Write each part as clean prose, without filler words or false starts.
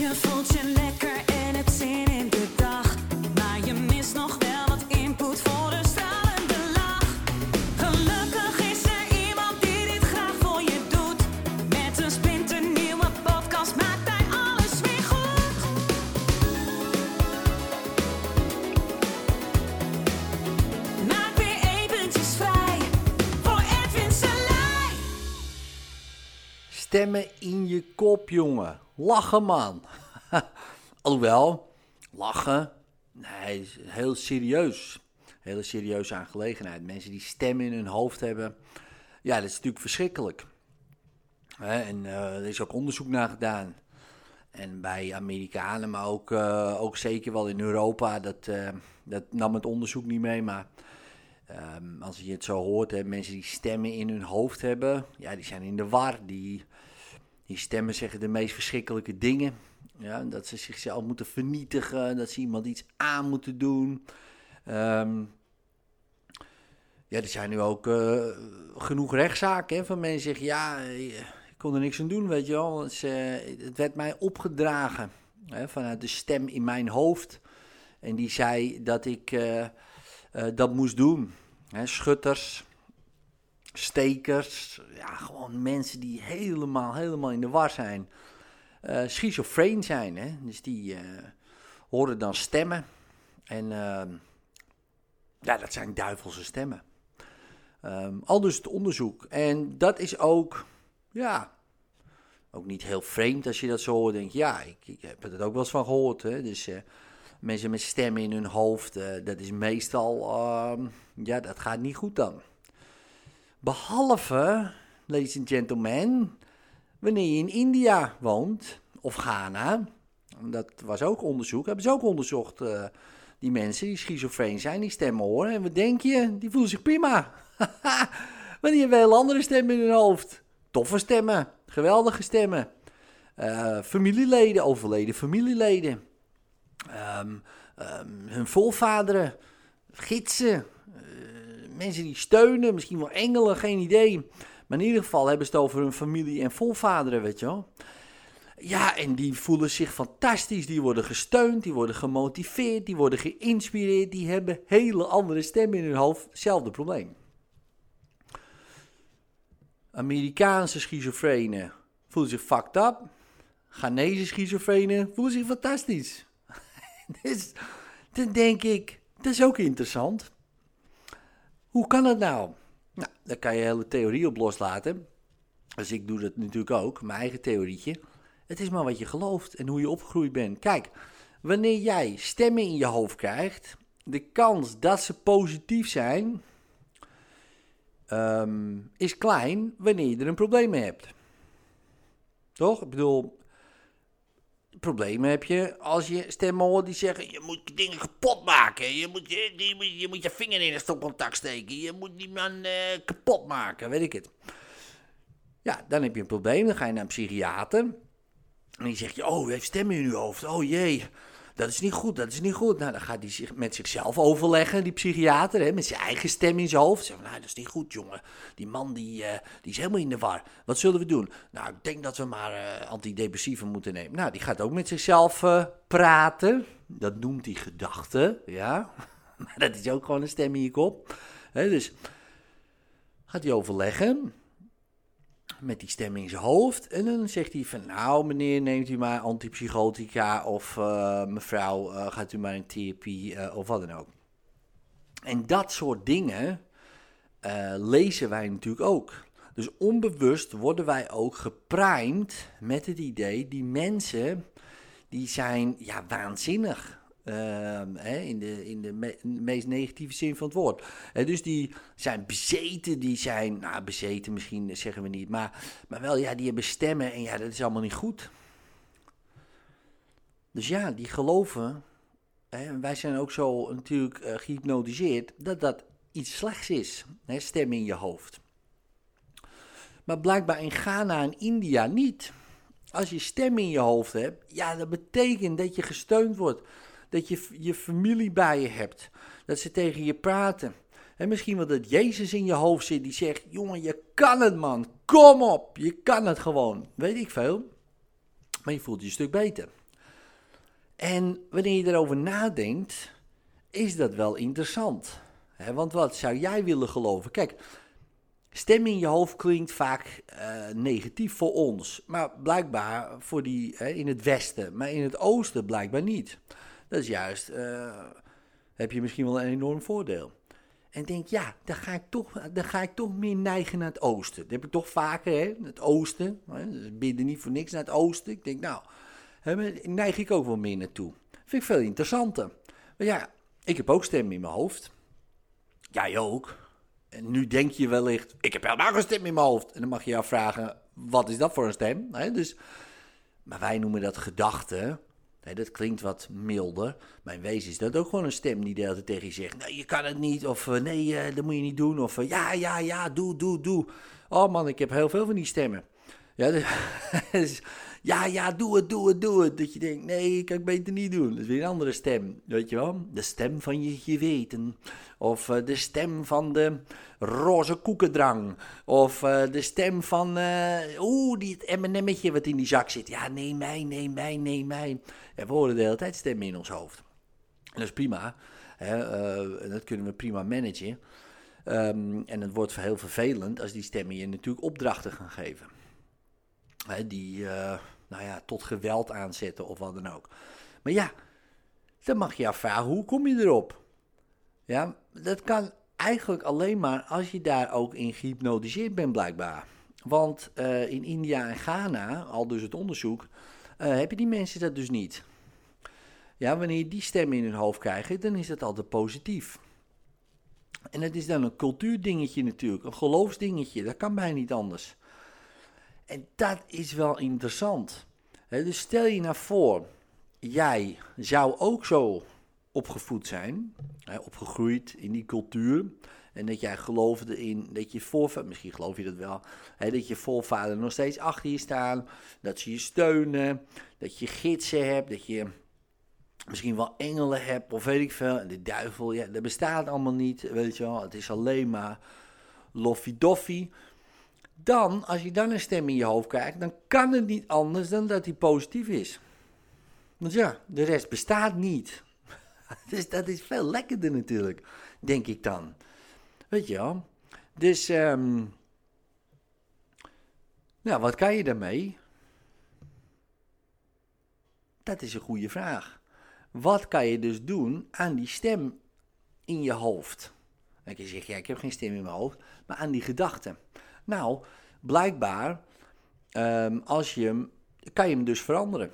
Je voelt je lekker en hebt zin in de dag. Maar je mist nog wel wat input voor een stralende lach. Gelukkig is er iemand die dit graag voor je doet. Met een splinternieuwe podcast maakt hij alles weer goed. Maak weer eventjes vrij voor Edwin Selij. Stemmen in je kop, jongen. Lachen, man. Alhoewel, lachen, nee, is heel serieus. Hele serieuze aangelegenheid. Mensen die stemmen in hun hoofd hebben, ja, dat is natuurlijk verschrikkelijk. En er is ook onderzoek naar gedaan. En bij Amerikanen, maar ook zeker wel in Europa, dat nam het onderzoek niet mee, maar als je het zo hoort, hè, mensen die stemmen in hun hoofd hebben, ja, die zijn in de war, die stemmen zeggen de meest verschrikkelijke dingen. Ja, dat ze zichzelf moeten vernietigen, dat ze iemand iets aan moeten doen. Ja, er zijn nu ook genoeg rechtszaken, hè, van mensen die zeggen, ja, ik kon er niks aan doen, weet je wel. Het werd mij opgedragen, hè, vanuit de stem in mijn hoofd. En die zei dat ik dat moest doen. Hè, schutters, stekers, ja, gewoon mensen die helemaal in de war zijn. Schizofreen zijn, hè? Dus die horen dan stemmen. En ja, dat zijn duivelse stemmen. Al dus het onderzoek. En dat is ook, ja, ook niet heel vreemd als je dat zo hoort. Denk je, ja, ik heb er ook wel eens van gehoord. Hè? Dus mensen met stemmen in hun hoofd, dat is meestal, ja, dat gaat niet goed dan. Behalve, ladies and gentlemen, wanneer je in India woont, of Ghana, dat was ook onderzoek, hebben ze ook onderzocht, die mensen die schizofreen zijn, die stemmen horen. En wat denk je? Die voelen zich prima. Want die hebben heel andere stemmen in hun hoofd. Toffe stemmen, geweldige stemmen. Familieleden, overleden familieleden. Hun voorvaderen, gidsen, mensen die steunen, misschien wel engelen, geen idee. Maar in ieder geval hebben ze het over hun familie en voorvaderen, weet je wel. Ja, en die voelen zich fantastisch, die worden gesteund, die worden gemotiveerd, die worden geïnspireerd. Die hebben hele andere stemmen in hun hoofd, hetzelfde probleem. Amerikaanse schizofrenen voelen zich fucked up. Ghanese schizofrenen voelen zich fantastisch. Dus dan denk ik, dat is ook interessant. Hoe kan het nou? Nou, daar kan je hele theorie op loslaten. Dus ik doe dat natuurlijk ook, mijn eigen theorietje. Het is maar wat je gelooft en hoe je opgegroeid bent. Kijk, wanneer jij stemmen in je hoofd krijgt, de kans dat ze positief zijn, is klein wanneer je er een probleem mee hebt. Toch? Ik bedoel, problemen heb je als je stemmen hoort die zeggen, je moet dingen kapot maken. Je moet je vinger in een stopcontact steken. Je moet die man kapot maken, weet ik het. Ja, dan heb je een probleem. Dan ga je naar een psychiater. En die zegt je, oh, u heeft stemmen in uw hoofd. Oh jee, dat is niet goed, dat is niet goed. Nou, dan gaat hij met zichzelf overleggen, die psychiater, hè, met zijn eigen stem in zijn hoofd. Zegt, nou, dat is niet goed, jongen. Die man, die is helemaal in de war. Wat zullen we doen? Nou, ik denk dat we maar antidepressiva moeten nemen. Nou, die gaat ook met zichzelf praten. Dat noemt hij gedachten, ja. Maar dat is ook gewoon een stem in je kop. Hè, dus gaat hij overleggen met die stem in zijn hoofd. En dan zegt hij van, nou meneer, neemt u maar antipsychotica of mevrouw, gaat u maar in therapie of wat dan ook. En dat soort dingen lezen wij natuurlijk ook. Dus onbewust worden wij ook geprimed met het idee, die mensen, die zijn ja, waanzinnig. In de meest negatieve zin van het woord. Dus die zijn bezeten, bezeten misschien zeggen we niet, maar wel, ja, die hebben stemmen en ja, dat is allemaal niet goed. Dus ja, die geloven, wij zijn ook zo natuurlijk gehypnotiseerd, dat dat iets slechts is, stemmen in je hoofd. Maar blijkbaar in Ghana en India niet. Als je stemmen in je hoofd hebt, ja, dat betekent dat je gesteund wordt. Dat je je familie bij je hebt. Dat ze tegen je praten. En misschien wel dat Jezus in je hoofd zit die zegt, jongen, je kan het, man. Kom op, je kan het gewoon. Weet ik veel. Maar je voelt je een stuk beter. En wanneer je erover nadenkt, is dat wel interessant. Want wat zou jij willen geloven? Kijk, stem in je hoofd klinkt vaak negatief voor ons. Maar blijkbaar voor die in het westen. Maar in het oosten blijkbaar niet. Dat is juist, heb je misschien wel een enorm voordeel. En denk, ja, dan ga ik toch meer neigen naar het oosten. Dat heb ik toch vaker, het oosten. Dus bidden niet voor niks naar het oosten. Ik denk, nou, neig ik ook wel meer naartoe. Vind ik veel interessanter. Maar ja, ik heb ook stemmen in mijn hoofd. Jij ook. En nu denk je wellicht, ik heb helemaal geen stem in mijn hoofd. En dan mag je je afvragen, wat is dat voor een stem? Maar wij noemen dat gedachten. Dat klinkt wat milder. Maar in wezen is dat ook gewoon een stem die de hele tijd tegen je zegt, nee, je kan het niet. Of nee, dat moet je niet doen. Of ja, doe. Oh man, ik heb heel veel van die stemmen. Ja, dus, ja, doe het. Dat je denkt, nee, kan ik beter niet doen. Dat is weer een andere stem, weet je wel. De stem van je geweten. Of de stem van de roze koekendrang. Of de stem van, die M&M'tje wat in die zak zit. Ja, nee, mij. En we horen de hele tijd stemmen in ons hoofd. En dat is prima. Dat kunnen we prima managen. En het wordt heel vervelend als die stemmen je natuurlijk opdrachten gaan geven. Die tot geweld aanzetten of wat dan ook. Maar ja, dan mag je afvragen, hoe kom je erop? Ja, dat kan eigenlijk alleen maar als je daar ook in gehypnotiseerd bent blijkbaar. Want in India en Ghana, al dus het onderzoek, heb je die mensen dat dus niet. Ja, wanneer je die stemmen in hun hoofd krijgt, dan is dat altijd positief. En het is dan een cultuurdingetje natuurlijk, een geloofsdingetje, dat kan bijna niet anders. En dat is wel interessant. Dus stel je nou voor, jij zou ook zo opgevoed zijn, opgegroeid in die cultuur. En dat jij geloofde in, dat je voorvader, misschien geloof je dat wel, dat je voorvader nog steeds achter je staan. Dat ze je steunen, dat je gidsen hebt, dat je misschien wel engelen hebt of weet ik veel. En de duivel, ja, dat bestaat allemaal niet, weet je wel. Het is alleen maar loffie-doffie. Dan, als je dan een stem in je hoofd krijgt, dan kan het niet anders dan dat die positief is. Want ja, de rest bestaat niet. Dus dat is veel lekkerder natuurlijk, denk ik dan. Weet je wel. Dus, wat kan je daarmee? Dat is een goede vraag. Wat kan je dus doen aan die stem in je hoofd? Dan kun je zeggen, ja, ik heb geen stem in mijn hoofd, maar aan die gedachten. Nou, blijkbaar, kan je hem dus veranderen.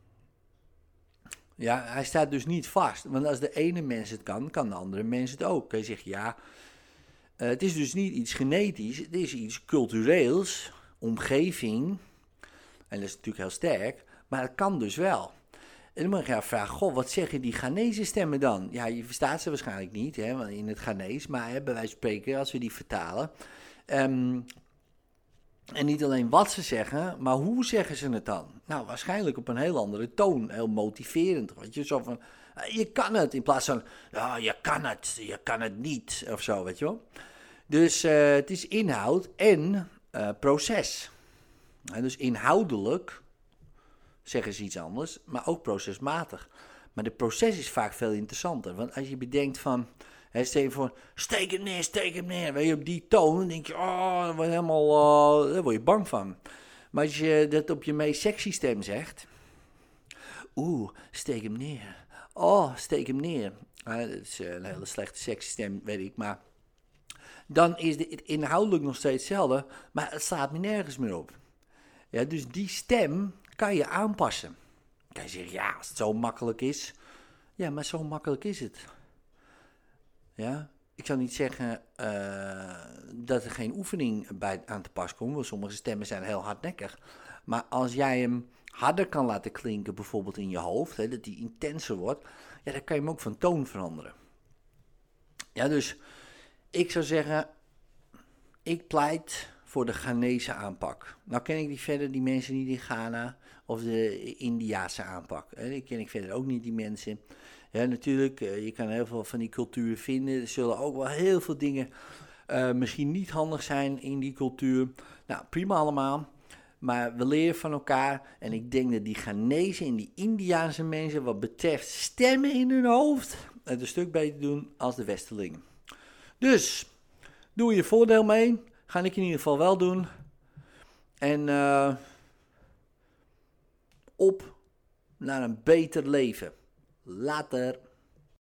Ja, hij staat dus niet vast. Want als de ene mens het kan, kan de andere mens het ook. Kun je zeggen, ja, het is dus niet iets genetisch, het is iets cultureels, omgeving. En dat is natuurlijk heel sterk, maar het kan dus wel. En dan mag je afvragen, goh, wat zeggen die Ghanese stemmen dan? Ja, je verstaat ze waarschijnlijk niet in het Ghanees, maar bij wijze van spreken, als we die vertalen. En niet alleen wat ze zeggen, maar hoe zeggen ze het dan? Nou, waarschijnlijk op een heel andere toon, heel motiverend. Weet je, zo van, je kan het, in plaats van, ja, je kan het niet, of zo, weet je wel. Dus het is inhoud en proces. En dus inhoudelijk zeggen ze iets anders, maar ook procesmatig. Maar de proces is vaak veel interessanter, want als je bedenkt van, stel je voor, steek hem neer, weet je, op die toon, dan denk je, dan daar word je bang van. Maar als je dat op je meest sexy stem zegt, steek hem neer, steek hem neer. Dat is een hele slechte sexy stem, weet ik, maar dan is het inhoudelijk nog steeds hetzelfde, maar het slaat me nergens meer op. Ja, dus die stem kan je aanpassen. Dan kan je zeggen, ja, als het zo makkelijk is. Ja, maar zo makkelijk is het. Ja, ik zal niet zeggen dat er geen oefening bij aan te pas komt, want sommige stemmen zijn heel hardnekkig. Maar als jij hem harder kan laten klinken, bijvoorbeeld in je hoofd, dat die intenser wordt, ja, dan kan je hem ook van toon veranderen. Ja, dus ik zou zeggen, ik pleit voor de Ghanese aanpak. Nou ken ik die mensen niet in Ghana of de Indiase aanpak. Die ken ik verder ook niet, die mensen. Ja, natuurlijk, je kan heel veel van die cultuur vinden. Er zullen ook wel heel veel dingen misschien niet handig zijn in die cultuur. Nou, prima allemaal. Maar we leren van elkaar. En ik denk dat die Ghanese en die Indiaanse mensen wat betreft stemmen in hun hoofd het een stuk beter doen als de Westerlingen. Dus, doe je voordeel mee. Ga ik in ieder geval wel doen. En op naar een beter leven. Later.